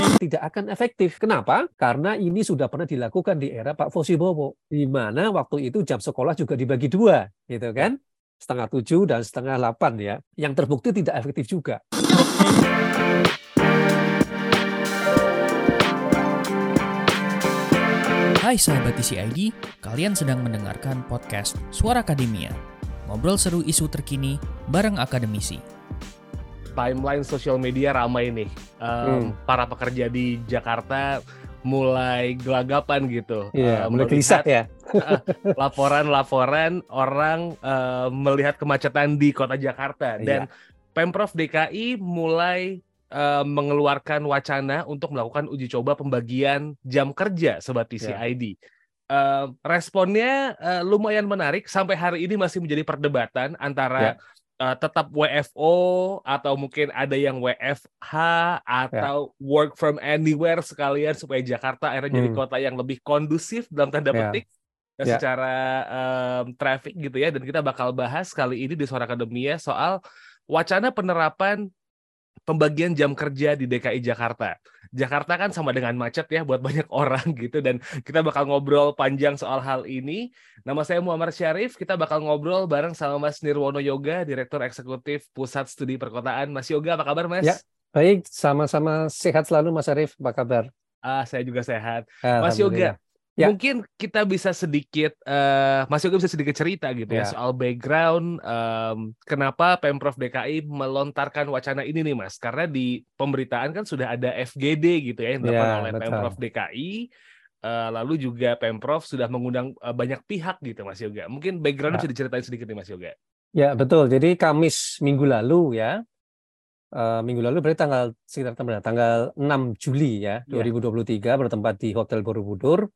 tidak akan efektif. Kenapa? Karena ini sudah pernah dilakukan di era Pak Fosibowo, di mana waktu itu jam sekolah juga dibagi dua, gitu kan? 6:30 dan 7:30 ya. Yang terbukti tidak efektif juga. Hai sahabat TCID, kalian sedang mendengarkan podcast Suara Akademia. Ngobrol seru isu terkini bareng akademisi. Timeline sosial media ramai nih. Para pekerja di Jakarta mulai gelagapan gitu. Mulai gelisah ya. Laporan-laporan orang melihat kemacetan di kota Jakarta. Dan Pemprov DKI mulai mengeluarkan wacana untuk melakukan uji coba pembagian jam kerja Sobat TCID. Responnya lumayan menarik. Sampai hari ini masih menjadi perdebatan antara tetap WFO atau mungkin ada yang WFH atau work from anywhere sekalian supaya Jakarta akhirnya jadi kota yang lebih kondusif dalam tanda petik secara traffic gitu ya. Dan kita bakal bahas kali ini di Suara Akademia soal wacana penerapan pembagian jam kerja di DKI Jakarta. Jakarta kan sama dengan macet ya buat banyak orang gitu, dan kita bakal ngobrol panjang soal hal ini. Nama saya Muhammad Syarif, kita bakal ngobrol bareng sama Mas Nirwono Yoga, Direktur Eksekutif Pusat Studi Perkotaan. Mas Yoga, apa kabar Mas? Ya, baik, sama-sama sehat selalu Mas Syarif, apa kabar? Saya juga sehat. Mas Yoga, mungkin kita bisa sedikit, Mas Yoga bisa sedikit cerita gitu ya soal background kenapa Pemprov DKI melontarkan wacana ini nih Mas. Karena di pemberitaan kan sudah ada FGD gitu ya yang dilakukan oleh Pemprov DKI. Lalu juga Pemprov sudah mengundang banyak pihak gitu Mas Yoga. Mungkin background-nya bisa diceritain sedikit nih Mas Yoga. Ya betul, jadi Kamis minggu lalu ya. Minggu lalu berarti sekitar tanggal 6 Juli ya 2023 bertempat di Hotel Borobudur.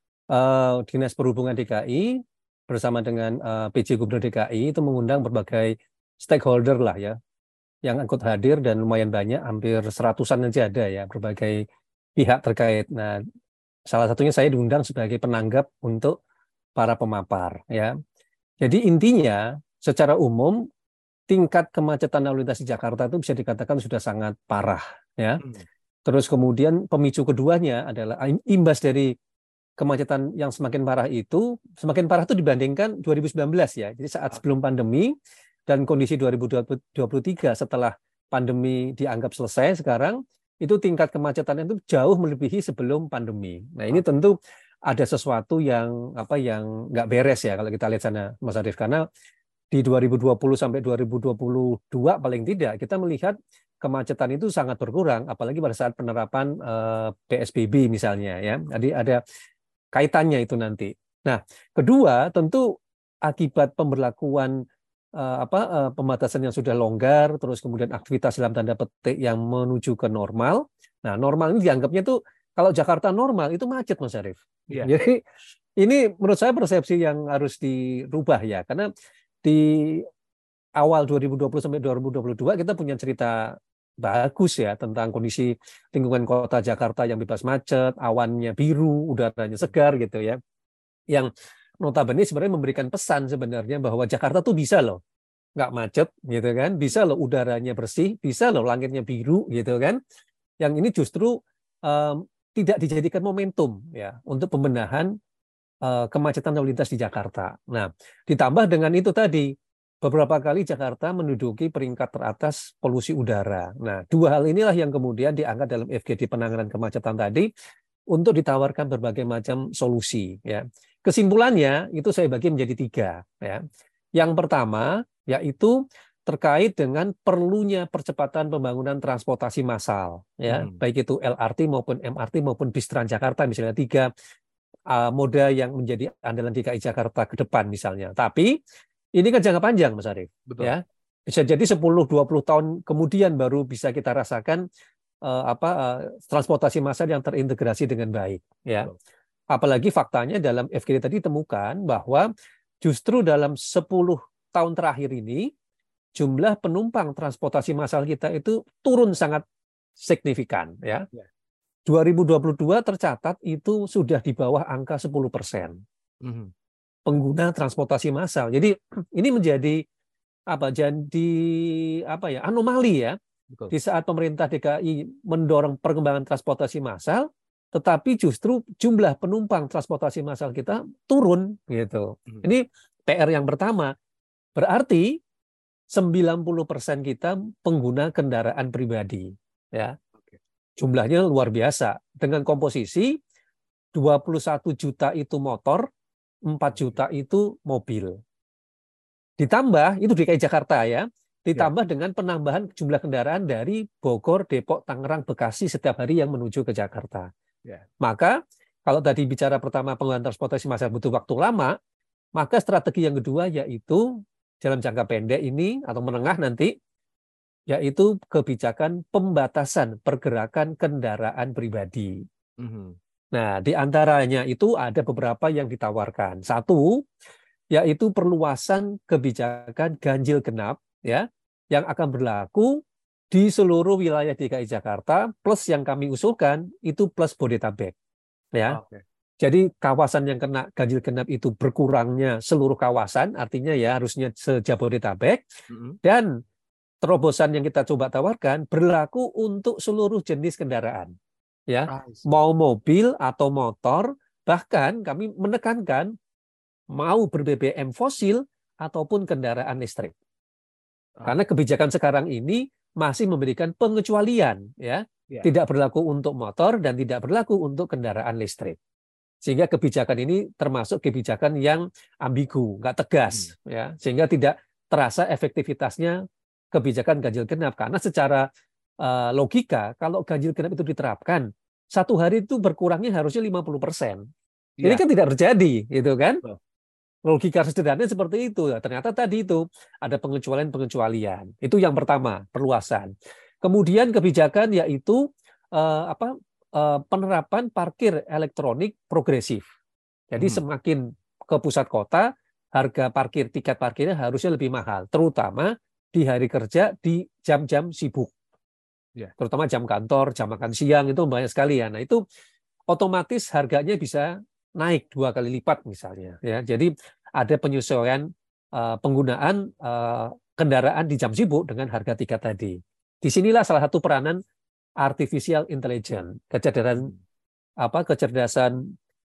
Dinas Perhubungan DKI bersama dengan PJ Gubernur DKI itu mengundang berbagai stakeholder lah ya yang ikut hadir, dan lumayan banyak, hampir 100-an aja ada ya, berbagai pihak terkait. Nah, salah satunya saya diundang sebagai penanggap untuk para pemapar ya. Jadi intinya secara umum tingkat kemacetan lalu lintas di Jakarta itu bisa dikatakan sudah sangat parah ya. Terus kemudian pemicu keduanya adalah imbas dari kemacetan yang semakin parah itu dibandingkan 2019 ya. Jadi saat sebelum pandemi dan kondisi 2023 setelah pandemi dianggap selesai sekarang, itu tingkat kemacetan itu jauh melebihi sebelum pandemi. Nah, ini tentu ada sesuatu yang nggak beres ya kalau kita lihat sana Mas Arief, karena di 2020 sampai 2022 paling tidak kita melihat kemacetan itu sangat berkurang, apalagi pada saat penerapan PSBB misalnya ya. Jadi ada kaitannya itu nanti. Nah, kedua tentu akibat pemberlakuan pembatasan yang sudah longgar, terus kemudian aktivitas dalam tanda petik yang menuju ke normal. Nah, normal ini dianggapnya tuh kalau Jakarta normal itu macet Mas Arief. Jadi ini menurut saya persepsi yang harus dirubah ya, karena di awal 2020 sampai 2022 kita punya cerita bagus ya tentang kondisi lingkungan kota Jakarta yang bebas macet, awannya biru, udaranya segar gitu ya. Yang notabene sebenarnya memberikan pesan sebenarnya bahwa Jakarta tuh bisa loh nggak macet gitu kan, bisa loh udaranya bersih, bisa loh langitnya biru gitu kan. Yang ini justru tidak dijadikan momentum ya untuk pembenahan kemacetan lalu lintas di Jakarta. Nah, ditambah dengan itu tadi, beberapa kali Jakarta menduduki peringkat teratas polusi udara. Nah, dua hal inilah yang kemudian diangkat dalam FGD penanganan kemacetan tadi untuk ditawarkan berbagai macam solusi. Ya. Kesimpulannya itu saya bagi menjadi 3. Ya. Yang pertama yaitu terkait dengan perlunya percepatan pembangunan transportasi massal. Ya. Baik itu LRT maupun MRT maupun bis Transjakarta, misalnya 3 moda yang menjadi andalan DKI Jakarta ke depan misalnya. Tapi ini kan jangka panjang Mas Arief. Betul. Ya. Bisa jadi 10-20 tahun kemudian baru bisa kita rasakan transportasi massal yang terintegrasi dengan baik ya. Betul. Apalagi faktanya dalam FGD tadi ditemukan bahwa justru dalam 10 tahun terakhir ini jumlah penumpang transportasi massal kita itu turun sangat signifikan ya. 2022 tercatat itu sudah di bawah angka 10% pengguna transportasi massal. Jadi ini menjadi anomali ya, Betul. Di saat pemerintah DKI mendorong perkembangan transportasi massal, tetapi justru jumlah penumpang transportasi massal kita turun gitu. Ini PR yang pertama. Berarti 90% kita pengguna kendaraan pribadi, ya. Jumlahnya luar biasa. Dengan komposisi 21 juta itu motor, 4 juta itu mobil. Ditambah, itu DKI Jakarta ya, ditambah dengan penambahan jumlah kendaraan dari Bogor, Depok, Tangerang, Bekasi setiap hari yang menuju ke Jakarta. Maka kalau tadi bicara pertama penggunaan transportasi massal butuh waktu lama, maka strategi yang kedua yaitu dalam jangka pendek ini atau menengah nanti, yaitu kebijakan pembatasan pergerakan kendaraan pribadi. Nah, di antaranya itu ada beberapa yang ditawarkan. Satu, yaitu perluasan kebijakan ganjil genap, ya, yang akan berlaku di seluruh wilayah DKI Jakarta, plus yang kami usulkan itu plus Bodetabek, ya. Jadi kawasan yang kena ganjil genap itu berkurangnya seluruh kawasan, artinya ya harusnya se-Jabodetabek, dan terobosan yang kita coba tawarkan berlaku untuk seluruh jenis kendaraan, ya, mau mobil atau motor, bahkan kami menekankan mau ber-BBM fosil ataupun kendaraan listrik. Karena kebijakan sekarang ini masih memberikan pengecualian, ya, tidak berlaku untuk motor dan tidak berlaku untuk kendaraan listrik. Sehingga kebijakan ini termasuk kebijakan yang ambigu, nggak tegas, ya, sehingga tidak terasa efektivitasnya kebijakan ganjil genap. Karena secara logika, kalau ganjil genap itu diterapkan, satu hari itu berkurangnya harusnya 50%. Ini kan tidak terjadi, gitu kan? Logika sederhananya seperti itu. Ternyata tadi itu ada pengecualian-pengecualian. Itu yang pertama, perluasan. Kemudian kebijakan yaitu penerapan parkir elektronik progresif. Jadi semakin ke pusat kota, harga parkir, tiket parkirnya harusnya lebih mahal, terutama di hari kerja di jam-jam sibuk. Terutama jam kantor, jam makan siang itu banyak sekali ya. Nah, itu otomatis harganya bisa naik 2 kali lipat misalnya, ya. Jadi ada penyesuaian penggunaan kendaraan di jam sibuk dengan harga tiket tadi. Disinilah salah satu peranan artificial intelligence, kecerdasan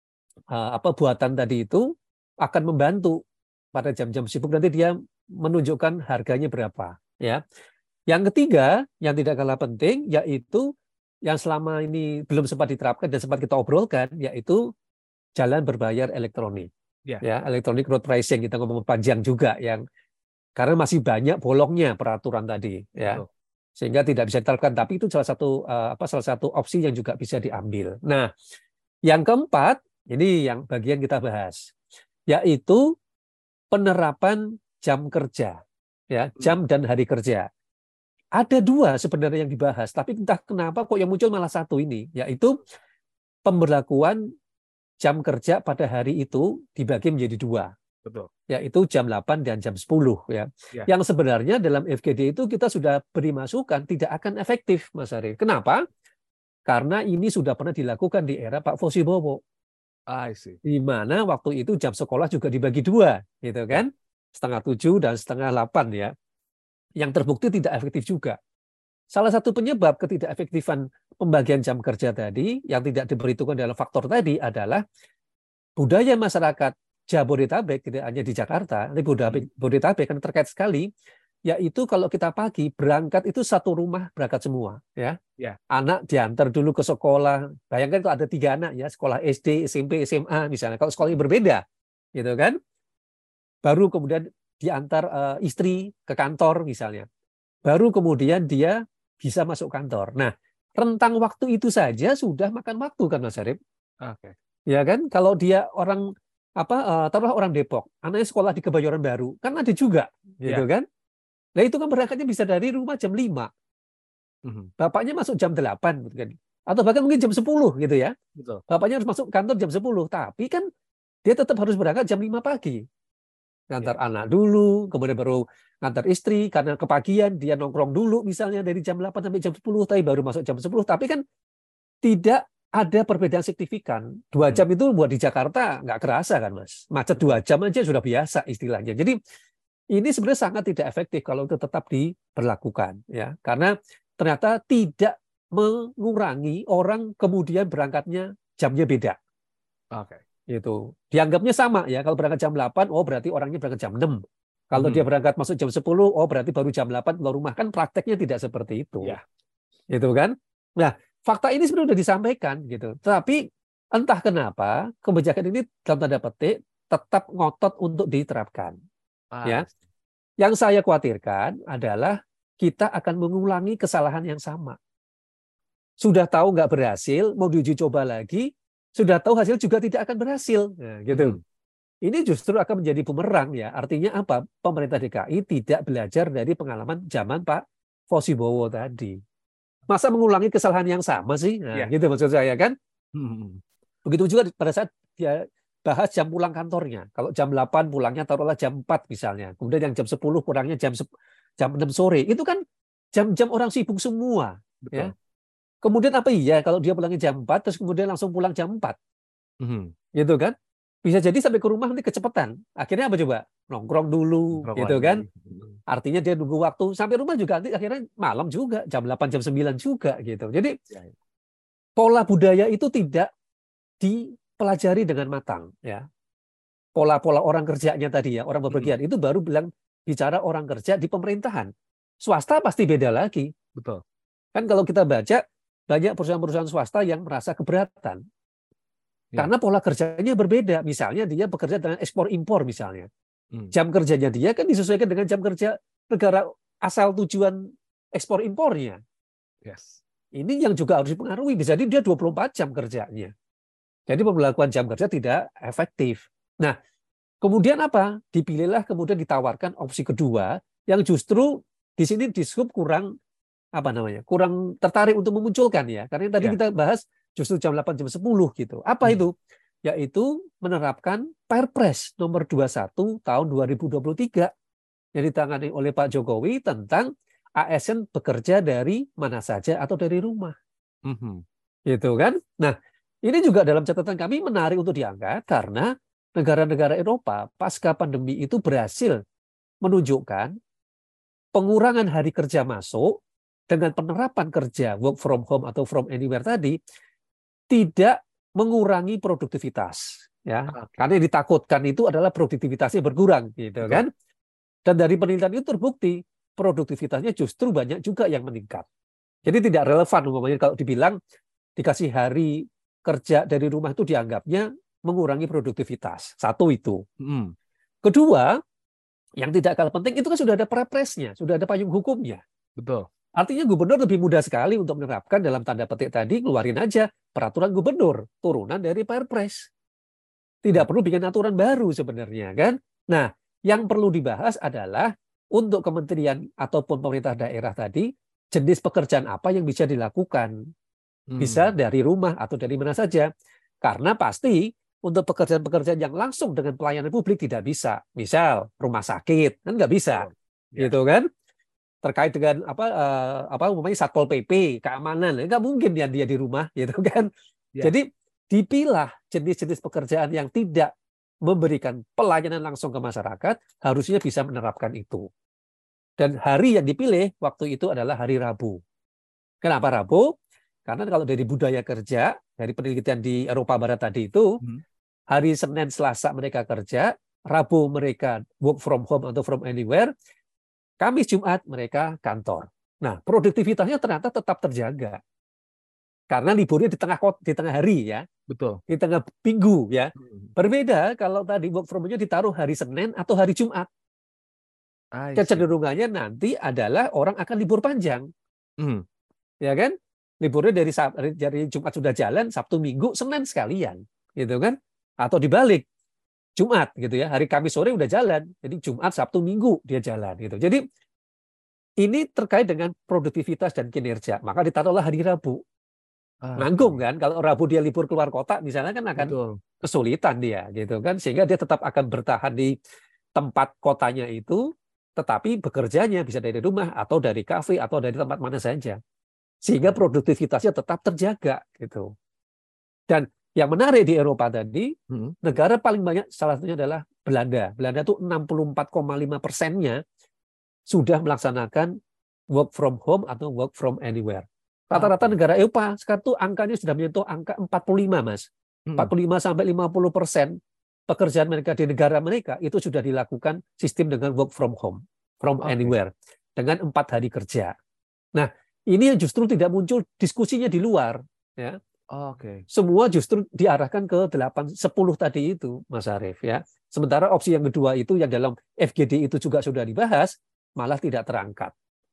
buatan tadi itu akan membantu pada jam-jam sibuk, nanti dia menunjukkan harganya berapa, ya. Yang ketiga yang tidak kalah penting yaitu yang selama ini belum sempat diterapkan dan sempat kita obrolkan, yaitu jalan berbayar elektronik. Ya, electronic road pricing, kita ngomong panjang juga, yang karena masih banyak bolongnya peraturan tadi, ya. Sehingga tidak bisa diterapkan, tapi itu salah satu opsi yang juga bisa diambil. Nah, yang keempat, ini yang bagian kita bahas, yaitu penerapan jam kerja, ya, jam dan hari kerja. Ada 2 sebenarnya yang dibahas, tapi entah kenapa kok yang muncul malah 1 ini, yaitu pemberlakuan jam kerja pada hari itu dibagi menjadi 2. Yaitu jam 8 dan jam 10, ya. Yang sebenarnya dalam FGD itu kita sudah beri masukan tidak akan efektif, Mas Ari. Kenapa? Karena ini sudah pernah dilakukan di era Pak Fosibowo. Di mana waktu itu jam sekolah juga dibagi 2, gitu kan? 6:30 dan 7:30 ya. Yang terbukti tidak efektif juga. Salah satu penyebab ketidakefektifan pembagian jam kerja tadi yang tidak diperhitungkan dalam faktor tadi adalah budaya masyarakat Jabodetabek, tidak hanya di Jakarta, tapi Bodetabek kan terkait sekali, yaitu kalau kita pagi berangkat itu satu rumah berangkat semua, ya. Anak diantar dulu ke sekolah. Bayangkan kalau ada 3 anak ya, sekolah SD, SMP, SMA misalnya. Kalau sekolahnya berbeda, gitu kan? Baru kemudian diantar istri ke kantor misalnya. Baru kemudian dia bisa masuk kantor. Nah, rentang waktu itu saja sudah makan waktu kan, Mas Arif? Ya kan? Kalau dia orang taruhlah orang Depok, anaknya sekolah di Kebayoran Baru, kan ada juga, gitu kan? Nah, itu kan berangkatnya bisa dari rumah jam 5. Bapaknya masuk jam 8, gitu kan? Atau bahkan mungkin jam 10 gitu ya. Bapaknya harus masuk kantor jam 10, tapi kan dia tetap harus berangkat jam 5 pagi. Ngantar anak dulu, kemudian baru ngantar istri, karena kepagian dia nongkrong dulu misalnya dari jam 8 sampai jam 10, tapi baru masuk jam 10, tapi kan tidak ada perbedaan signifikan. 2 jam itu buat di Jakarta nggak kerasa kan, Mas. Macet 2 jam aja sudah biasa istilahnya. Jadi ini sebenarnya sangat tidak efektif kalau itu tetap diberlakukan, ya. Karena ternyata tidak mengurangi orang kemudian berangkatnya jamnya beda. Oke. Itu dianggapnya sama ya. Kalau berangkat jam 8, oh berarti orangnya berangkat jam 6. Kalau dia berangkat masuk jam 10, oh berarti baru jam 8 keluar rumah. Kan prakteknya tidak seperti itu. Ya. Gitu kan? Nah, fakta ini sebenarnya sudah disampaikan gitu. Tapi entah kenapa kebijakan ini dalam tanda petik tetap ngotot untuk diterapkan. Ya. Yang saya khawatirkan adalah kita akan mengulangi kesalahan yang sama. Sudah tahu nggak berhasil, mau diuji coba lagi, sudah tahu hasil juga tidak akan berhasil. Nah, gitu. Ini justru akan menjadi bumerang ya. Artinya apa? Pemerintah DKI tidak belajar dari pengalaman zaman Pak Fosibowo tadi. Masa mengulangi kesalahan yang sama sih? Nah, gitu maksud saya kan. Begitu juga pada saat dia bahas jam pulang kantornya. Kalau jam 8 pulangnya taruhlah jam 4 misalnya. Kemudian yang jam 10 pulangnya jam 6 sore. Itu kan jam-jam orang sibuk semua. Betul. Ya. Kemudian apa iya kalau dia pulangnya jam 4 terus kemudian langsung pulang jam 4? Gitu kan? Bisa jadi sampai ke rumah nanti kecepatan. Akhirnya apa coba? Nongkrong dulu, gitu kan? Artinya dia nunggu waktu sampai rumah juga nanti akhirnya malam juga, jam 8 jam 9 juga gitu. Jadi pola budaya itu tidak dipelajari dengan matang ya. Pola-pola orang kerjanya tadi ya, orang bepergian itu baru bicara orang kerja di pemerintahan. Swasta pasti beda lagi. Betul. Kan kalau kita baca banyak perusahaan-perusahaan swasta yang merasa keberatan. Karena pola kerjanya berbeda. Misalnya dia bekerja dengan ekspor impor misalnya. Jam kerjanya dia kan disesuaikan dengan jam kerja negara asal tujuan ekspor impornya. Yes. Ini yang juga harus dipengaruhi. Bisa jadi dia 24 jam kerjanya. Jadi pemberlakuan jam kerja tidak efektif. Nah, kemudian apa? Dipilihlah kemudian ditawarkan opsi kedua yang justru di sini diskup kurang kurang tertarik untuk memunculkan ya. Karena tadi kita bahas justru jam 8 jam 10 gitu. Apa itu? Yaitu menerapkan Perpres nomor 21 tahun 2023 yang ditangani oleh Pak Jokowi tentang ASN bekerja dari mana saja atau dari rumah. Gitu kan? Nah, ini juga dalam catatan kami menarik untuk diangkat karena negara-negara Eropa pasca pandemi itu berhasil menunjukkan pengurangan hari kerja masuk dengan penerapan kerja work from home atau from anywhere tadi tidak mengurangi produktivitas ya. Karena yang ditakutkan itu adalah produktivitasnya berkurang gitu kan. Dan dari penelitian itu terbukti produktivitasnya justru banyak juga yang meningkat. Jadi tidak relevan umpamanya kalau dibilang dikasih hari kerja dari rumah itu dianggapnya mengurangi produktivitas. Satu itu. Kedua, yang tidak kalah penting itu kan sudah ada perpresnya, sudah ada payung hukumnya. Betul. Artinya gubernur lebih mudah sekali untuk menerapkan dalam tanda petik tadi, keluarin aja peraturan gubernur, turunan dari Perpres. Tidak perlu bikin aturan baru sebenarnya kan. Nah, yang perlu dibahas adalah untuk kementerian ataupun pemerintah daerah tadi, jenis pekerjaan apa yang bisa dilakukan. Bisa dari rumah atau dari mana saja. Karena pasti untuk pekerjaan-pekerjaan yang langsung dengan pelayanan publik tidak bisa. Misal rumah sakit, kan nggak bisa. Gitu kan. Terkait dengan umpamanya Satpol PP, keamanan, nggak mungkin dia di rumah, gitu kan. Jadi dipilah jenis-jenis pekerjaan yang tidak memberikan pelayanan langsung ke masyarakat, harusnya bisa menerapkan itu. Dan hari yang dipilih waktu itu adalah hari Rabu. Kenapa Rabu? Karena kalau dari budaya kerja, dari penelitian di Eropa Barat tadi itu, hari Senin, Selasa mereka kerja, Rabu mereka work from home atau from anywhere, Kamis, Jumat mereka kantor. Nah, produktivitasnya ternyata tetap terjaga. Karena liburnya di tengah hari ya. Betul. Di tengah minggu ya. Berbeda kalau tadi work from home-nya ditaruh hari Senin atau hari Jumat. Kecenderungannya nanti adalah orang akan libur panjang. Ya kan? Liburnya dari Jumat sudah jalan, Sabtu Minggu, Senin sekalian. Gitu kan? Atau dibalik. Jumat gitu ya, hari Kamis sore udah jalan, jadi Jumat, Sabtu, Minggu dia jalan gitu. Jadi ini terkait dengan produktivitas dan kinerja, maka ditaruhlah hari Rabu. Nanggung kan, kalau Rabu dia libur keluar kota misalnya kan akan kesulitan dia gitu kan, sehingga dia tetap akan bertahan di tempat kotanya itu, tetapi bekerjanya bisa dari rumah atau dari kafe atau dari tempat mana saja, sehingga produktivitasnya tetap terjaga gitu. Dan yang menarik di Eropa tadi, negara paling banyak salah satunya adalah Belanda. Belanda itu 64,5%-nya sudah melaksanakan work from home atau work from anywhere. Rata-rata negara Eropa sekarang tuh angkanya sudah menyentuh angka 45, Mas. 45 sampai 50% pekerjaan mereka di negara mereka itu sudah dilakukan sistem dengan work from home, from anywhere, dengan 4 hari kerja. Nah, ini yang justru tidak muncul diskusinya di luar, ya. Semua justru diarahkan ke 8-10 tadi itu, Mas Arief, ya. Sementara opsi yang kedua itu yang dalam FGD itu juga sudah dibahas, malah tidak terangkat.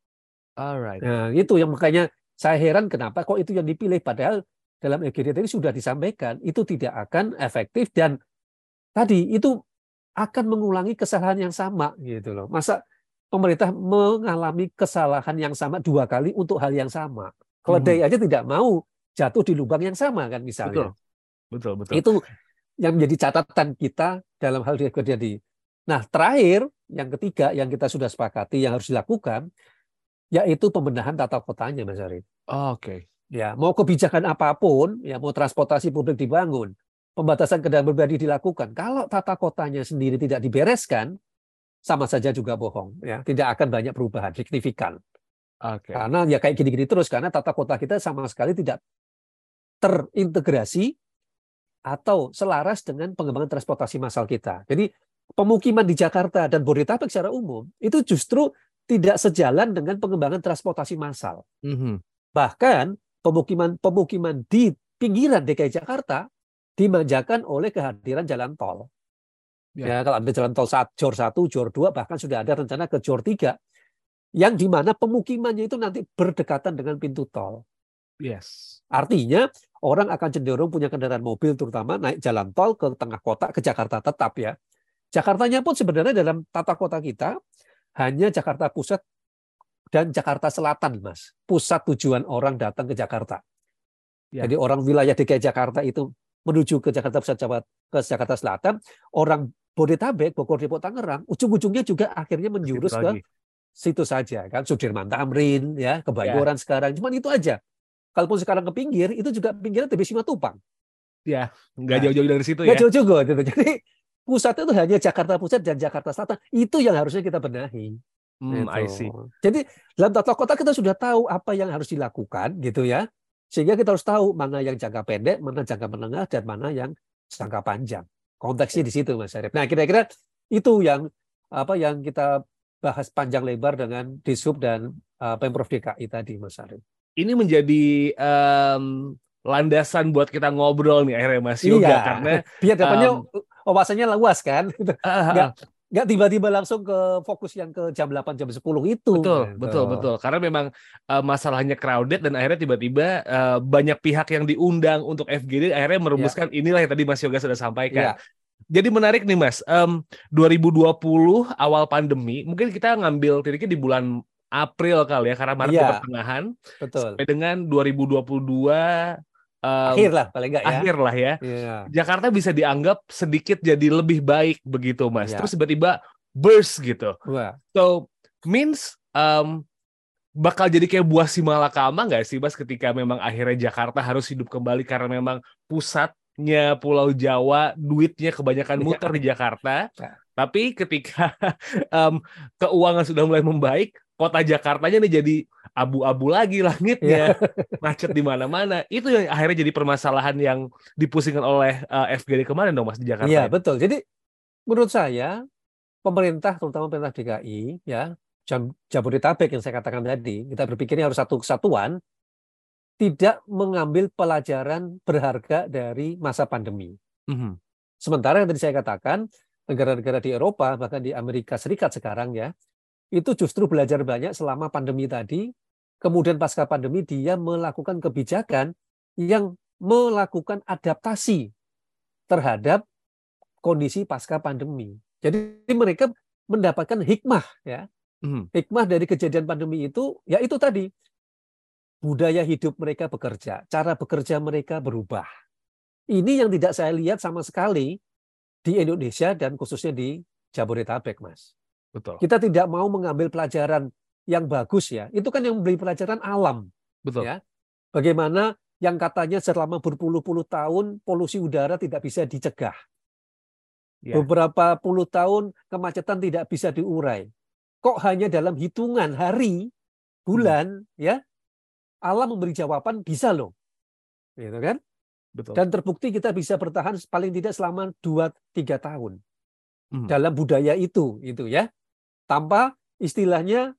Nah, itu yang makanya saya heran kenapa kok itu yang dipilih, padahal dalam FGD tadi sudah disampaikan itu tidak akan efektif dan tadi itu akan mengulangi kesalahan yang sama gitu loh. Masa pemerintah mengalami kesalahan yang sama 2 kali untuk hal yang sama. Keledai aja tidak mau jatuh di lubang yang sama kan misalnya. Betul. Itu yang menjadi catatan kita dalam hal FGD. Nah, terakhir yang ketiga yang kita sudah sepakati yang harus dilakukan yaitu pembenahan tata kotanya, Mas Arief. Ya, mau kebijakan apapun, ya mau transportasi publik dibangun, pembatasan kendaraan pribadi dilakukan. Kalau tata kotanya sendiri tidak dibereskan, sama saja juga bohong. Ya, tidak akan banyak perubahan signifikan. Karena ya kayak gini-gini terus, karena tata kota kita sama sekali tidak terintegrasi atau selaras dengan pengembangan transportasi massal kita. Jadi pemukiman di Jakarta dan Bodetabek secara umum itu justru tidak sejalan dengan pengembangan transportasi massal. Bahkan pemukiman di pinggiran DKI Jakarta dimanjakan oleh kehadiran jalan tol. Ya, kalau ada jalan tol Jor 1, Jor 2, bahkan sudah ada rencana ke Jor 3, yang di mana pemukimannya itu nanti berdekatan dengan pintu tol. Artinya orang akan cenderung punya kendaraan mobil terutama naik jalan tol ke tengah kota, ke Jakarta tetap ya. Jakartanya pun sebenarnya dalam tata kota kita hanya Jakarta Pusat dan Jakarta Selatan, Mas. Pusat tujuan orang datang ke Jakarta. Jadi orang wilayah DKI Jakarta itu menuju ke Jakarta Pusat, ke Jakarta Selatan, orang Bodetabek, Bogor, Depok, Tangerang, ujung-ujungnya juga akhirnya menjurus ke situ saja kan, Sudirman Tamrin ya, Kebayoran sekarang. Cuman itu aja. Kalaupun sekarang ke pinggir, itu juga pinggirnya TB Simatupang. Ya, nggak jauh-jauh dari situ nggak jauh-jauh gitu. Jadi pusatnya itu hanya Jakarta Pusat dan Jakarta Selatan. Itu yang harusnya kita benahi. I see. Jadi dalam tata kota kita sudah tahu apa yang harus dilakukan gitu ya. Sehingga kita harus tahu mana yang jangka pendek, mana jangka menengah, dan mana yang jangka panjang. Konteksnya di situ, Mas Arief. Nah, kira-kira itu yang kita bahas panjang lebar dengan Dishub dan Pemprov DKI tadi, Mas Arief. Ini menjadi landasan buat kita ngobrol nih akhirnya, Mas Yoga, karena biar dapatnya wawasannya luas kan. Nggak tiba-tiba langsung ke fokus yang ke jam 8, jam 10 itu. Betul. Karena memang masalahnya crowded dan akhirnya tiba-tiba banyak pihak yang diundang untuk FGD akhirnya merumuskan inilah yang tadi Mas Yoga sudah sampaikan. Jadi menarik nih, Mas. 2020 awal pandemi, mungkin kita ngambil titiknya di bulan April kali ya, karena Maret di pertengahan. Sampai dengan 2022 akhir lah paling enggak ya. Akhir lah ya. Jakarta bisa dianggap sedikit jadi lebih baik begitu, Mas. Terus tiba-tiba burst gitu. So means bakal jadi kayak buah si malakama nggak sih, Mas, ketika memang akhirnya Jakarta harus hidup kembali karena memang pusatnya Pulau Jawa, duitnya kebanyakan muter di Jakarta. Tapi ketika keuangan sudah mulai membaik, kota Jakartanya nih jadi abu-abu lagi langitnya, macet di mana-mana. Itu yang akhirnya jadi permasalahan yang dipusingkan oleh FGD kemarin dong, Mas, di Jakarta. Iya, betul. Jadi menurut saya pemerintah, terutama pemerintah DKI, ya, Jabodetabek yang saya katakan tadi, kita berpikirnya harus satu kesatuan, tidak mengambil pelajaran berharga dari masa pandemi. Sementara yang tadi saya katakan, negara-negara di Eropa, bahkan di Amerika Serikat sekarang ya, itu justru belajar banyak selama pandemi tadi, kemudian pasca pandemi dia melakukan kebijakan yang melakukan adaptasi terhadap kondisi pasca pandemi. Jadi mereka mendapatkan hikmah ya. Hikmah dari kejadian pandemi itu, ya itu tadi. Budaya hidup mereka bekerja, cara bekerja mereka berubah. Ini yang tidak saya lihat sama sekali di Indonesia dan khususnya di Jabodetabek, Mas. Betul. Kita tidak mau mengambil pelajaran yang bagus ya. Itu kan yang memberi pelajaran alam. Betul. Ya. Bagaimana yang katanya selama berpuluh-puluh tahun polusi udara tidak bisa dicegah. Beberapa puluh tahun kemacetan tidak bisa diurai. Kok hanya dalam hitungan hari bulan, ya, alam memberi jawaban bisa loh, gitu kan? Betul. Dan terbukti kita bisa bertahan paling tidak selama 2-3 tahun dalam budaya itu ya, tanpa istilahnya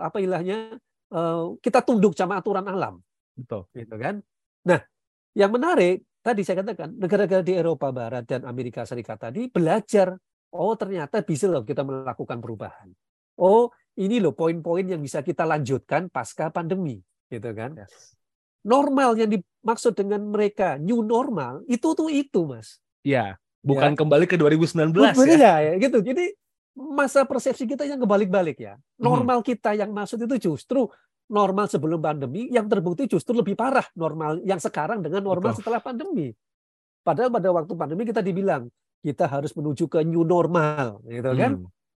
kita tunduk sama aturan alam, Betul. gitu kan? Nah, yang menarik tadi saya katakan negara-negara di Eropa Barat dan Amerika Serikat tadi belajar, oh ternyata bisa loh kita melakukan perubahan. Oh ini loh poin-poin yang bisa kita lanjutkan pasca pandemi, gitu kan? Yes. Normal yang dimaksud dengan mereka new normal itu Mas. Ya, bukan kembali ke 2019 ya. Gitu. Jadi masa persepsi kita yang kebalik-balik ya. Normal kita yang maksud itu justru normal sebelum pandemi, yang terbukti justru lebih parah normal yang sekarang dengan normal setelah pandemi. Padahal pada waktu pandemi kita dibilang kita harus menuju ke new normal, gitu kan?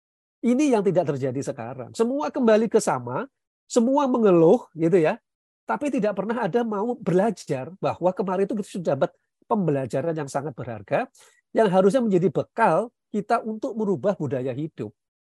Ini yang tidak terjadi sekarang. Semua kembali ke sama, semua mengeluh, gitu ya. Tapi tidak pernah ada mau belajar bahwa kemarin itu kita sudah dapat pembelajaran yang sangat berharga yang harusnya menjadi bekal kita untuk merubah budaya hidup.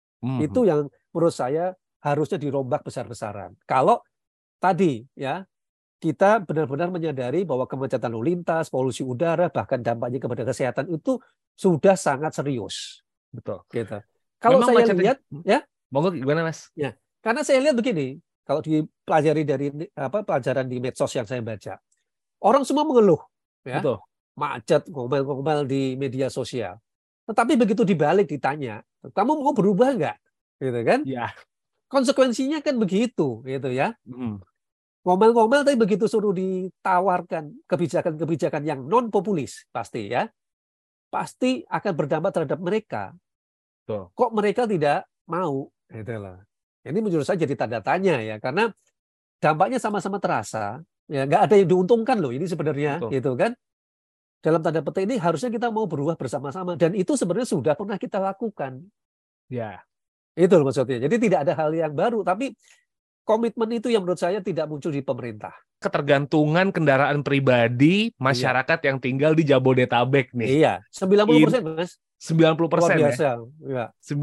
Itu yang menurut saya harusnya dirombak besar-besaran. Kalau tadi ya kita benar-benar menyadari bahwa kemacetan lalu lintas, polusi udara, bahkan dampaknya kepada kesehatan itu sudah sangat serius. Betul. Gitu. Kalau memang saya lihat, ya, monggo gimana Mas? Ya, karena saya lihat begini. Kalau dipelajari dari pelajaran di medsos yang saya baca, orang semua mengeluh, ya, Betul. macet, ngomel-ngomel di media sosial. Tetapi begitu dibalik ditanya, kamu mau berubah nggak, gitu kan? Ya. Konsekuensinya kan begitu, gitu ya. Ngomel-ngomel, tapi begitu suruh ditawarkan kebijakan-kebijakan yang non populis, pasti ya, pasti akan berdampak terhadap mereka. Betul. Kok mereka tidak mau, gitu loh. Ini menurut saya jadi tanda tanya ya, karena dampaknya sama-sama terasa. Ya, nggak ada yang diuntungkan loh ini sebenarnya, gitu kan? Dalam tanda petik ini harusnya kita mau berubah bersama-sama, dan itu sebenarnya sudah pernah kita lakukan. Ya. Itu loh maksudnya. Jadi tidak ada hal yang baru, tapi komitmen itu yang menurut saya tidak muncul di pemerintah. Ketergantungan kendaraan pribadi masyarakat yang tinggal di Jabodetabek nih. Iya, 90% Mas. 90% luar biasa. Ya.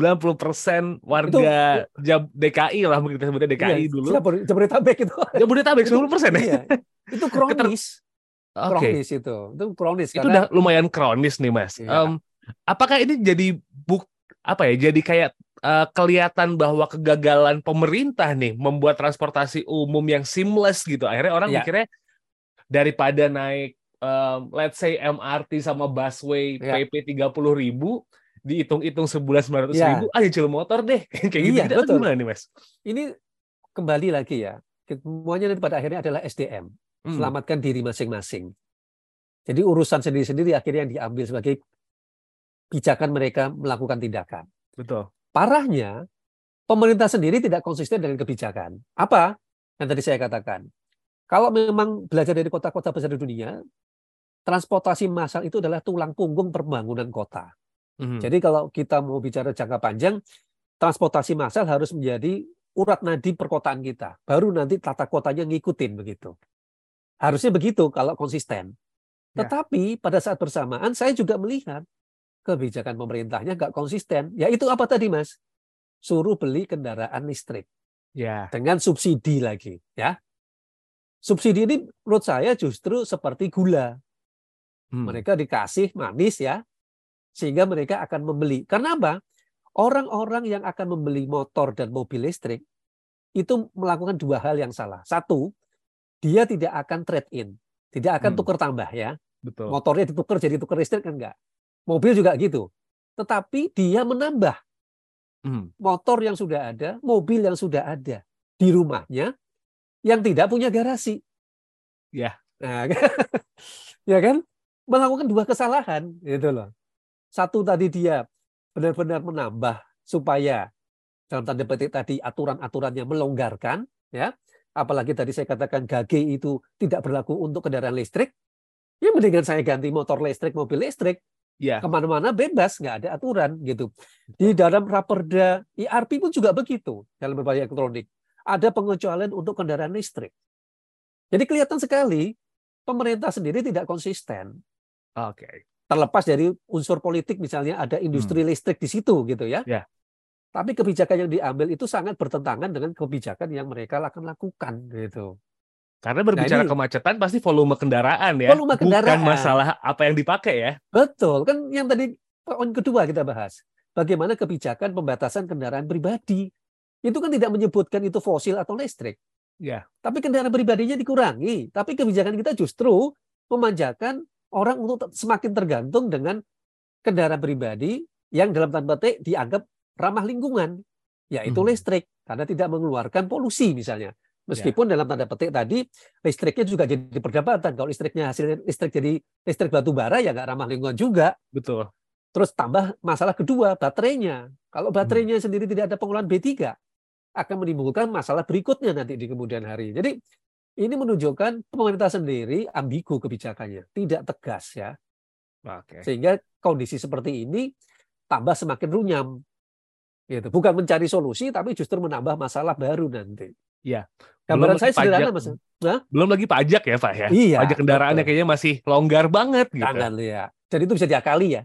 90% warga DKI lah, mungkin kita sebutnya DKI dulu. Jabodetabek itu. Jabodetabek 90% ya. Itu kronis. Kronis itu kronis. Itu udah lumayan kronis nih Mas. Iya. Apakah ini jadi jadi kayak kelihatan bahwa kegagalan pemerintah nih membuat transportasi umum yang seamless gitu. Akhirnya orang mikirnya daripada naik let's say MRT sama busway PP 30.000 dihitung-hitung sebulan 900.000, cicil motor deh. Kayak gitu. Betul. Gimana nih Mas? Ini kembali lagi ya. Semuanya nanti pada akhirnya adalah SDM. Selamatkan diri masing-masing. Jadi urusan sendiri-sendiri akhirnya yang diambil sebagai pijakan mereka melakukan tindakan. Betul. Parahnya, pemerintah sendiri tidak konsisten dengan kebijakan. Apa yang tadi saya katakan? Kalau memang belajar dari kota-kota besar di dunia, transportasi massal itu adalah tulang punggung pembangunan kota. Jadi kalau kita mau bicara jangka panjang, transportasi massal harus menjadi urat nadi perkotaan kita. Baru nanti tata kotanya ngikutin begitu. Harusnya begitu kalau konsisten. Tetapi pada saat bersamaan saya juga melihat kebijakan pemerintahnya nggak konsisten. Yaitu apa tadi Mas? Suruh beli kendaraan listrik. Dengan subsidi lagi. Ya. Subsidi ini menurut saya justru seperti gula. Mereka dikasih manis ya, sehingga mereka akan membeli. Karena apa? Orang-orang yang akan membeli motor dan mobil listrik itu melakukan dua hal yang salah. Satu, dia tidak akan trade in, tidak akan tukar tambah ya. Betul. Motornya ditukar jadi tukar listrik kan enggak. Mobil juga gitu. Tetapi dia menambah motor yang sudah ada, mobil yang sudah ada di rumahnya yang tidak punya garasi. Ya. Nah, ya kan? Melakukan dua kesalahan gitu loh. Satu tadi dia benar-benar menambah supaya dalam tanda petik tadi aturan-aturannya melonggarkan ya. Apalagi tadi saya katakan gage itu tidak berlaku untuk kendaraan listrik. Ya mendingan saya ganti motor listrik, mobil listrik. Kemana-mana bebas, nggak ada aturan gitu. Di dalam Raperda IRP pun juga begitu dalam berbagai elektronik. Ada pengecualian untuk kendaraan listrik. Jadi kelihatan sekali pemerintah sendiri tidak konsisten. Terlepas dari unsur politik misalnya ada industri listrik di situ gitu ya. tapi kebijakan yang diambil itu sangat bertentangan dengan kebijakan yang mereka akan lakukan gitu. Karena berbicara kemacetan pasti volume kendaraan ya, volume kendaraan. Bukan masalah apa yang dipakai ya. Betul, kan yang tadi poin kedua kita bahas. Bagaimana kebijakan pembatasan kendaraan pribadi. Itu kan tidak menyebutkan itu fosil atau listrik. Ya. Tapi kendaraan pribadinya dikurangi. Tapi kebijakan kita justru memanjakan orang untuk semakin tergantung dengan kendaraan pribadi yang dalam tanda petik dianggap ramah lingkungan, yaitu listrik, karena tidak mengeluarkan polusi misalnya. Meskipun dalam tanda petik tadi listriknya juga jadi perdebatan. Kalau listriknya hasil listrik jadi listrik batu bara ya nggak ramah lingkungan juga. Betul. Terus tambah masalah kedua, baterainya. Kalau baterainya sendiri tidak ada pengolahan B3, akan menimbulkan masalah berikutnya nanti di kemudian hari. Jadi ini menunjukkan pemerintah sendiri ambigu kebijakannya, tidak tegas ya. Oke. Sehingga kondisi seperti ini tambah semakin runyam. Gitu. Bukan mencari solusi, tapi justru menambah masalah baru nanti. Ya. Gambaran saya sederhana, Mas. Belum lagi pajak ya, Pak ya. Iya, pajak kendaraannya kayaknya masih longgar banget gitu. Sangat ya. Jadi itu bisa diakali ya.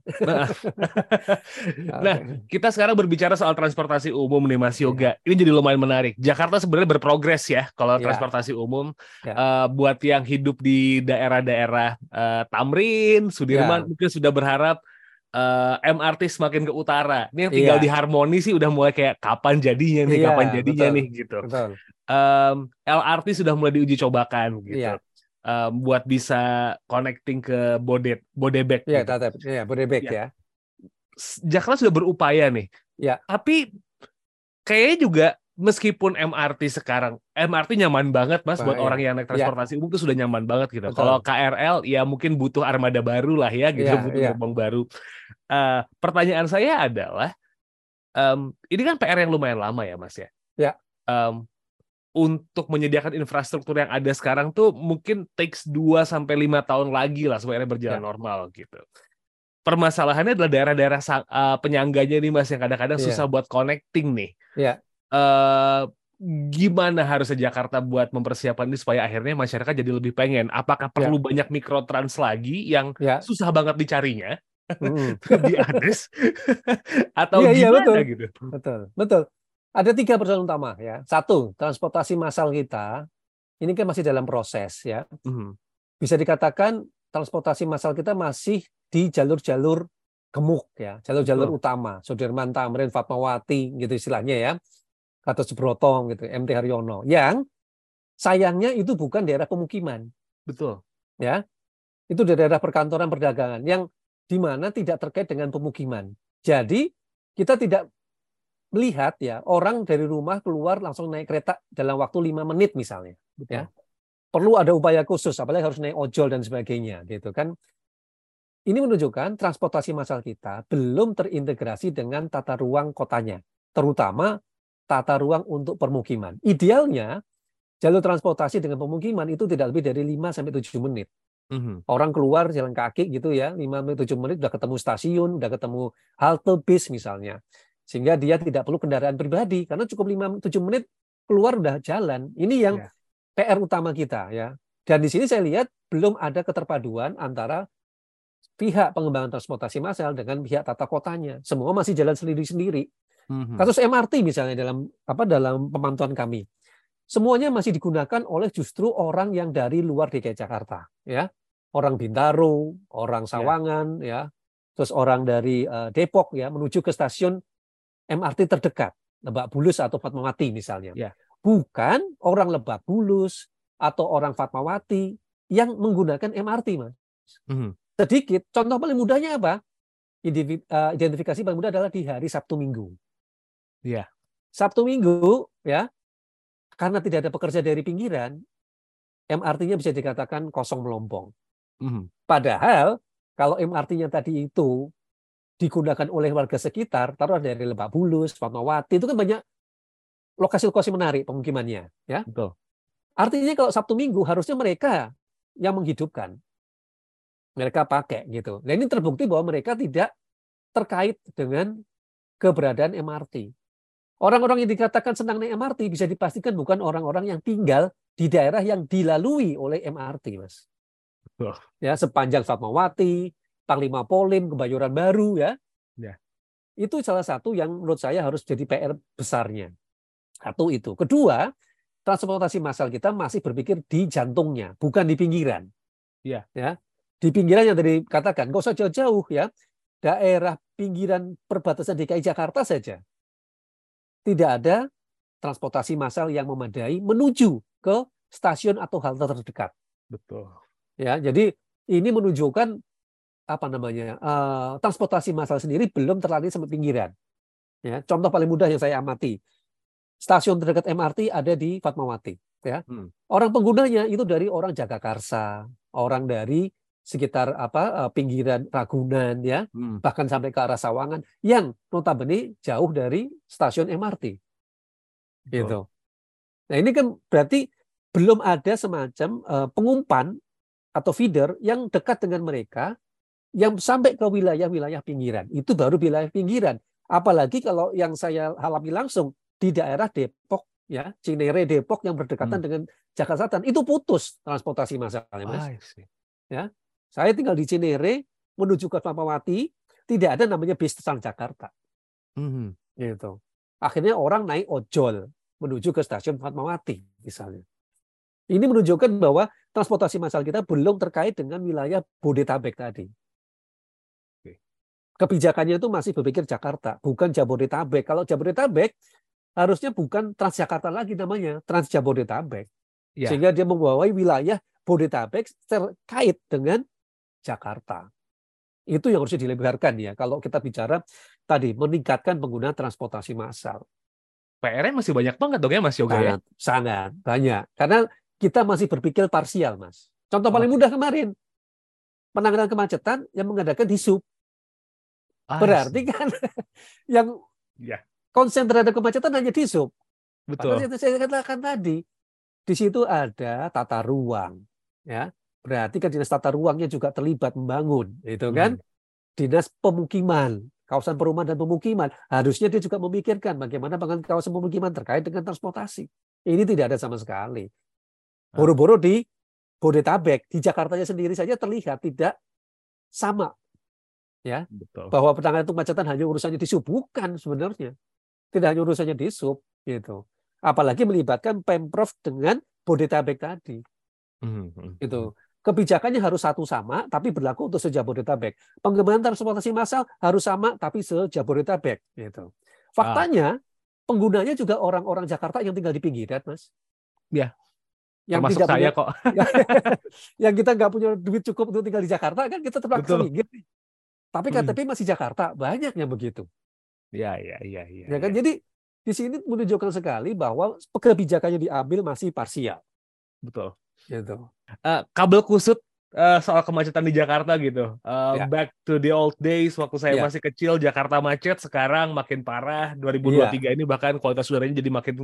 Nah, kita sekarang berbicara soal transportasi umum nih Mas Yoga. Ini jadi lumayan menarik. Jakarta sebenarnya berprogres ya kalau transportasi umum. Buat yang hidup di daerah-daerah Tamrin, Sudirman mungkin sudah berharap MRT semakin ke utara. Ini yang tinggal di Harmoni sih udah mulai kayak kapan jadinya nih, nih gitu. LRT sudah mulai diuji cobakan gitu. Buat bisa connecting ke Bodebek. Iya, gitu. Bodebek ya. Jakarta sudah berupaya nih. Ya. Tapi kayaknya juga meskipun MRT sekarang, MRT nyaman banget Mas buat orang yang naik transportasi umum itu sudah nyaman banget gitu. Kalau KRL ya mungkin butuh armada baru lah ya gitu, butuh gerbong baru. Pertanyaan saya adalah, ini kan PR yang lumayan lama ya Mas ya. Ya. Untuk menyediakan infrastruktur yang ada sekarang tuh mungkin takes 2-5 tahun lagi lah supaya berjalan normal gitu. Permasalahannya adalah daerah-daerah penyangganya nih Mas yang kadang-kadang susah buat connecting nih. Gimana harusnya Jakarta buat mempersiapkan ini supaya akhirnya masyarakat jadi lebih pengen? Apakah perlu banyak mikrotrans lagi yang susah banget dicarinya di address atau gimana gitu? Betul. Ada 3 persoalan utama ya. 1, transportasi massal kita ini kan masih dalam proses ya. Bisa dikatakan transportasi massal kita masih di jalur-jalur gemuk ya, jalur-jalur utama, Sudirman, Tamrin, Fatmawati gitu istilahnya ya. Gatot Subroto gitu, MT Haryono. Yang sayangnya itu bukan daerah pemukiman. Betul. Ya. Itu daerah perkantoran perdagangan yang di mana tidak terkait dengan pemukiman. Jadi kita tidak melihat ya orang dari rumah keluar langsung naik kereta dalam waktu 5 menit misalnya. Betul. Ya. Perlu ada upaya khusus, apalagi harus naik ojol dan sebagainya gitu kan. Ini menunjukkan transportasi massal kita belum terintegrasi dengan tata ruang kotanya, terutama tata ruang untuk permukiman. Idealnya jalur transportasi dengan pemukiman itu tidak lebih dari 5-7 menit. Orang keluar jalan kaki gitu ya, 5-7 menit udah ketemu stasiun, udah ketemu halte bis misalnya. Sehingga dia tidak perlu kendaraan pribadi karena cukup 5-7 menit keluar udah jalan. Ini yang PR utama kita ya. Dan di sini saya lihat belum ada keterpaduan antara pihak pengembangan transportasi massal dengan pihak tata kotanya. Semua masih jalan sendiri-sendiri. Kasus MRT misalnya dalam pemantauan kami. Semuanya masih digunakan oleh justru orang yang dari luar DKI Jakarta ya. Orang Bintaro, orang Sawangan ya. Terus orang dari Depok ya menuju ke stasiun MRT terdekat, Lebak Bulus atau Fatmawati misalnya. Bukan orang Lebak Bulus atau orang Fatmawati yang menggunakan MRT, Mas. Sedikit, contoh paling mudahnya apa? Identifikasi paling mudah adalah di hari Sabtu Minggu. Sabtu Minggu ya, karena tidak ada pekerja dari pinggiran, MRT-nya bisa dikatakan kosong melompong. Padahal kalau MRT-nya tadi itu digunakan oleh warga sekitar, taruh dari Lebak Bulus, Fatmawati, itu kan banyak lokasi-lokasi menarik pemukimannya. Ya. Betul. Artinya kalau Sabtu Minggu harusnya mereka yang menghidupkan. Mereka pakai gitu. Nah ini terbukti bahwa mereka tidak terkait dengan keberadaan MRT. Orang-orang yang dikatakan senang naik MRT bisa dipastikan bukan orang-orang yang tinggal di daerah yang dilalui oleh MRT, Mas. Ya, sepanjang Fatmawati, Panglima Polim, Kebayoran Baru ya. Itu salah satu yang menurut saya harus jadi PR besarnya. Satu itu. Kedua, transportasi massal kita masih berpikir di jantungnya, bukan di pinggiran. Iya. Ya. Di pinggiran yang tadi katakan, nggak usah jauh-jauh ya. Daerah pinggiran perbatasan DKI Jakarta saja. Tidak ada transportasi massal yang memadai menuju ke stasiun atau halte terdekat. Betul. Ya, jadi ini menunjukkan transportasi massal sendiri belum terlatih sampai pinggiran. Ya, contoh paling mudah yang saya amati, stasiun terdekat MRT ada di Fatmawati. Ya, orang penggunanya itu dari orang Jagakarsa, orang dari sekitar pinggiran Ragunan, ya, bahkan sampai ke arah Sawangan, yang notabene jauh dari stasiun MRT. Gitu. Nah ini kan berarti belum ada semacam pengumpan atau feeder yang dekat dengan mereka, yang sampai ke wilayah-wilayah pinggiran. Itu baru wilayah pinggiran. Apalagi kalau yang saya alami langsung di daerah Depok, ya, Cinere Depok yang berdekatan dengan Jakarta Selatan, itu putus transportasi massalnya, Mas. Ya, saya tinggal di Cinere menuju ke Fatmawati, tidak ada namanya bis Transjakarta. Gitu. Akhirnya orang naik ojol menuju ke stasiun Fatmawati misalnya. Ini menunjukkan bahwa transportasi massal kita belum terkait dengan wilayah Bodetabek tadi. Kebijakannya itu masih berpikir Jakarta, bukan Jabodetabek. Kalau Jabodetabek harusnya bukan Transjakarta lagi namanya, Trans Jabodetabek. Ya. Sehingga dia membawahi wilayah Bodetabek terkait dengan Jakarta. Itu yang harus dilebarkan ya. Kalau kita bicara tadi meningkatkan penggunaan transportasi massal. PR-nya masih banyak banget dong ya Mas Yoga ya? Sangat banyak. Karena kita masih berpikir parsial, Mas. Contoh paling mudah kemarin, penanganan kemacetan yang mengadakan Dishub. Berarti kan yang konsen terhadap kemacetan hanya Dishub. Betul. Maka saya katakan tadi, di situ ada tata ruang, ya. Berarti kan dinas tata ruangnya juga terlibat membangun, itu kan? Dinas pemukiman, kawasan perumahan dan pemukiman, harusnya dia juga memikirkan bagaimana pengen kawasan pemukiman terkait dengan transportasi. Ini tidak ada sama sekali. Boro-boro di Bodetabek, di Jakartanya sendiri saja terlihat tidak sama. Ya, betul. Bahwa penanganan kemacetan hanya urusannya Dishub, bukan sebenarnya. Tidak hanya urusannya Dishub, gitu. Apalagi melibatkan Pemprov dengan Bodetabek tadi. Itu. Kebijakannya harus satu sama, tapi berlaku untuk se-Jabodetabek. Pengembangan transportasi massal harus sama, tapi se-Jabodetabek. Gitu. Faktanya, penggunanya juga orang-orang Jakarta yang tinggal di pinggiran, Mas. Ya. Yang termasuk tidak saya punya, kok. Yang kita nggak punya duit cukup untuk tinggal di Jakarta, kan kita terpaksa minggir. Tapi KTP masih Jakarta, banyak yang begitu. Ya kan? Jadi di sini menunjukkan sekali bahwa kebijakannya diambil masih parsial. Betul. Gitu. Kabel kusut soal kemacetan di Jakarta gitu. Back to the old days waktu saya masih kecil, Jakarta macet, sekarang makin parah. 2023 ini bahkan kualitas udaranya jadi makin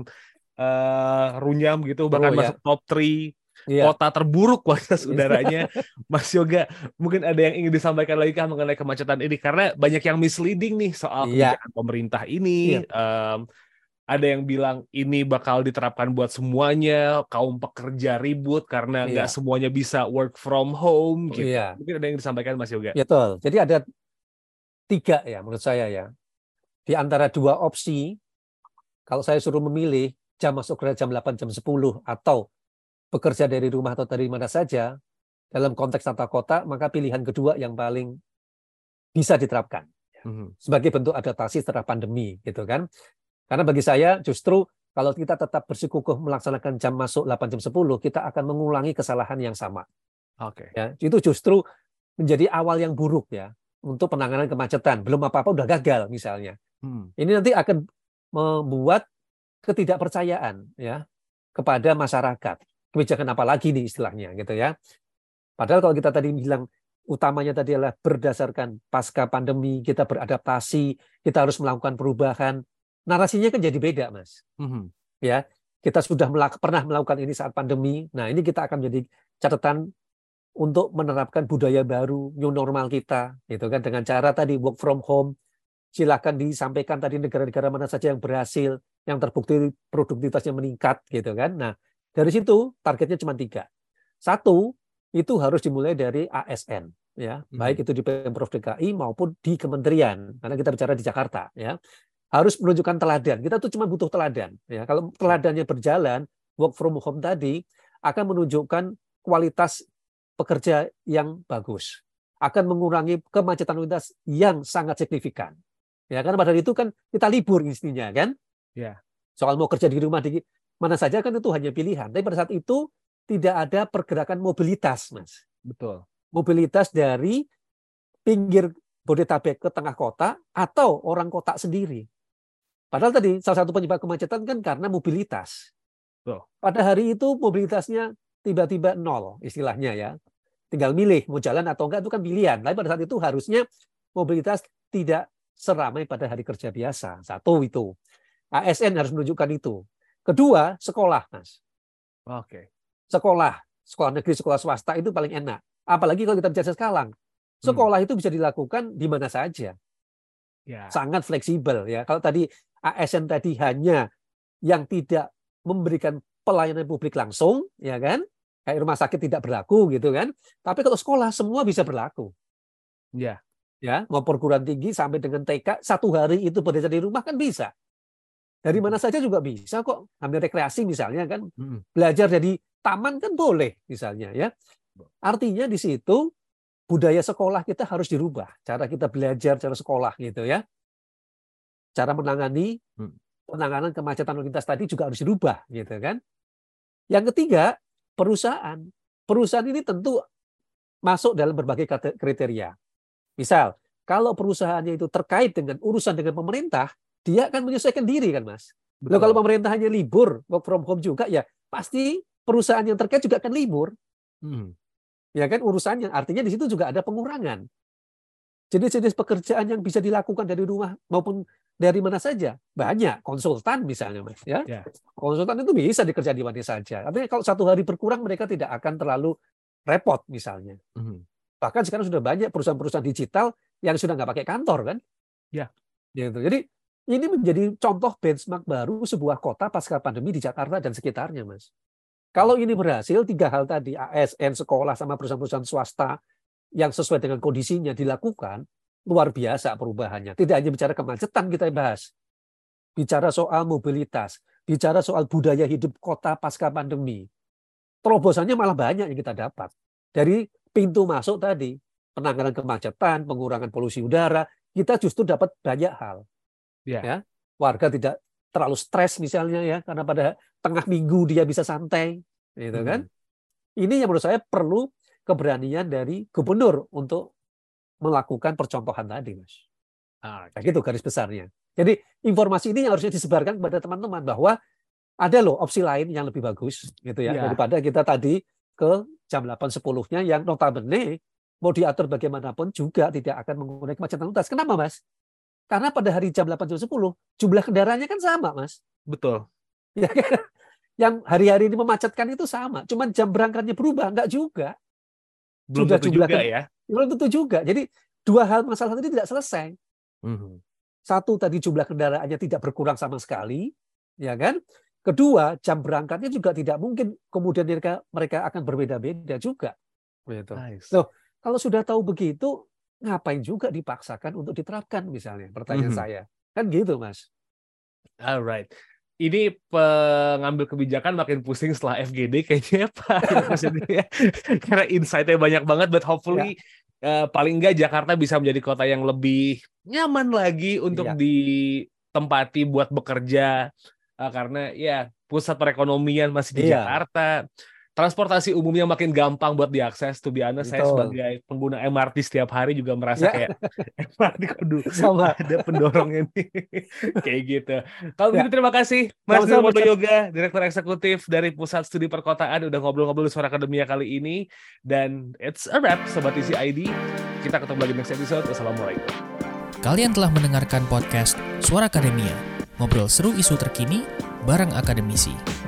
runyam gitu, bahkan masuk top 3 kota terburuk kualitas udaranya. Mas Yoga, mungkin ada yang ingin disampaikan lagi kah mengenai kemacetan ini? Karena banyak yang misleading nih soal kebijakan pemerintah ini. Ada yang bilang ini bakal diterapkan buat semuanya, kaum pekerja ribut karena nggak semuanya bisa work from home gitu. Mungkin ada yang disampaikan Mas Yoga? Betul. Jadi ada 3 ya menurut saya ya. Di antara 2 opsi, kalau saya suruh memilih jam masuk kerja jam 8, jam 10, atau bekerja dari rumah atau dari mana saja, dalam konteks tata kota, maka pilihan kedua yang paling bisa diterapkan. Sebagai bentuk adaptasi setelah pandemi, gitu kan. Karena bagi saya justru kalau kita tetap bersikukuh melaksanakan jam masuk 8, jam 10, kita akan mengulangi kesalahan yang sama. Ya, itu justru menjadi awal yang buruk ya untuk penanganan kemacetan. Belum apa-apa udah gagal misalnya. Ini nanti akan membuat ketidakpercayaan ya kepada masyarakat. Kebijakan apa lagi nih istilahnya gitu ya. Padahal kalau kita tadi bilang utamanya tadi adalah berdasarkan pasca pandemi, kita beradaptasi, kita harus melakukan perubahan. Narasinya kan jadi beda, Mas. Ya, kita sudah pernah melakukan ini saat pandemi. Nah, ini kita akan menjadi catatan untuk menerapkan budaya baru, new normal kita, gitu kan, dengan cara tadi work from home. Silakan disampaikan tadi negara-negara mana saja yang berhasil, yang terbukti produktivitasnya meningkat, gitu kan. Nah, dari situ targetnya cuma 3. 1, itu harus dimulai dari ASN, ya, baik itu di Pemprov DKI maupun di kementerian, karena kita bicara di Jakarta, ya, harus menunjukkan teladan. Kita tuh cuma butuh teladan, ya. Kalau teladannya berjalan, work from home tadi akan menunjukkan kualitas pekerja yang bagus, akan mengurangi kemacetan lalu lintas yang sangat signifikan. Ya, karena pada itu kan kita libur intinya kan. Ya. Soal mau kerja di rumah di mana saja kan itu hanya pilihan. Tapi pada saat itu tidak ada pergerakan mobilitas, Mas. Betul. Mobilitas dari pinggir Bodetabek ke tengah kota atau orang kota sendiri. Padahal tadi salah satu penyebab kemacetan kan karena mobilitas. Betul. Pada hari itu mobilitasnya tiba-tiba nol istilahnya ya. Tinggal milih mau jalan atau enggak itu kan pilihan. Tapi pada saat itu harusnya mobilitas tidak seramai pada hari kerja biasa. Satu itu. ASN harus menunjukkan itu. Kedua, sekolah, Mas. Oke. Sekolah negeri, sekolah swasta itu paling enak. Apalagi kalau kita bicara sekarang. Sekolah itu bisa dilakukan di mana saja. Ya. Sangat fleksibel ya. Kalau tadi ASN tadi hanya yang tidak memberikan pelayanan publik langsung, ya kan? Kayak rumah sakit tidak berlaku gitu kan. Tapi kalau sekolah semua bisa berlaku. Ya. Ya, mau perguruan tinggi sampai dengan TK 1 hari itu belajar di rumah kan bisa. Dari mana saja juga bisa kok. Ambil rekreasi misalnya kan. Belajar jadi taman kan boleh misalnya ya. Artinya di situ budaya sekolah kita harus dirubah. Cara kita belajar, cara sekolah gitu ya. Cara menangani penanganan kemacetan lalu lintas tadi juga harus dirubah gitu kan. Yang ketiga, perusahaan. Perusahaan ini tentu masuk dalam berbagai kriteria. Misal, kalau perusahaannya itu terkait dengan urusan dengan pemerintah, dia akan menyesuaikan diri kan, Mas. Loh, kalau pemerintah hanya libur, work from home juga, ya pasti perusahaan yang terkait juga akan libur. Ya kan, urusannya. Artinya di situ juga ada pengurangan. Jenis-jenis pekerjaan yang bisa dilakukan dari rumah maupun dari mana saja. Banyak. Konsultan misalnya, Mas. Ya. Konsultan itu bisa dikerjakan di mana saja. Artinya kalau 1 hari berkurang, mereka tidak akan terlalu repot misalnya. Bahkan sekarang sudah banyak perusahaan-perusahaan digital yang sudah nggak pakai kantor kan. Ya. Gitu. Jadi ini menjadi contoh benchmark baru sebuah kota pasca pandemi di Jakarta dan sekitarnya, Mas. Kalau ini berhasil, 3 hal tadi, ASN, sekolah, sama perusahaan-perusahaan swasta yang sesuai dengan kondisinya dilakukan, luar biasa perubahannya. Tidak hanya bicara kemacetan kita bahas. Bicara soal mobilitas, bicara soal budaya hidup kota pasca pandemi. Terobosannya malah banyak yang kita dapat. Dari pintu masuk tadi, penanganan kemacetan, pengurangan polusi udara, kita justru dapat banyak hal. Ya, warga tidak terlalu stres misalnya ya, karena pada tengah minggu dia bisa santai, gitu kan? Ini yang menurut saya perlu keberanian dari gubernur untuk melakukan percontohan tadi, Mas. Nah, gitu garis besarnya. Jadi informasi ini yang harusnya disebarkan kepada teman-teman bahwa ada loh opsi lain yang lebih bagus, gitu ya, daripada kita tadi ke jam 8.10-nya yang notabene mau diatur bagaimanapun juga tidak akan mengurangi kemacetan lalu lintas. Kenapa, Mas? Karena pada hari jam 8.10 jumlah kendaraannya kan sama, Mas. Betul. Ya kan? Yang hari-hari ini memacetkan itu sama, cuman jam berangkatnya berubah, enggak juga. Belum tentu juga ya. Belum tentu juga. Jadi 2 hal masalah ini tidak selesai. Satu tadi jumlah kendaraannya tidak berkurang sama sekali, ya kan? Kedua, jam berangkatnya juga tidak mungkin kemudian mereka akan berbeda-beda juga. Gitu. Nice. Loh, kalau sudah tahu begitu, ngapain juga dipaksakan untuk diterapkan misalnya? Pertanyaan saya. Kan gitu, Mas. Alright. Ini pengambil kebijakan makin pusing setelah FGD kayaknya Pak. Karena insight-nya banyak banget, but hopefully paling enggak Jakarta bisa menjadi kota yang lebih nyaman lagi untuk ditempati buat bekerja. Karena ya pusat perekonomian masih di Jakarta. Transportasi umumnya makin gampang buat diakses. To be honest, saya sebagai pengguna MRT setiap hari juga merasa kayak MRT kudu ada pendorongnya nih. Kayak gitu. Kalau begitu terima kasih Mas Nirwono Yoga, Direktur Eksekutif dari Pusat Studi Perkotaan, udah ngobrol-ngobrol di Suara Akademia kali ini. Dan it's a wrap, Sobat Isi ID. Kita ketemu lagi next episode. Wassalamualaikum. Kalian telah mendengarkan podcast Suara Akademia. Ngobrol seru isu terkini bareng akademisi.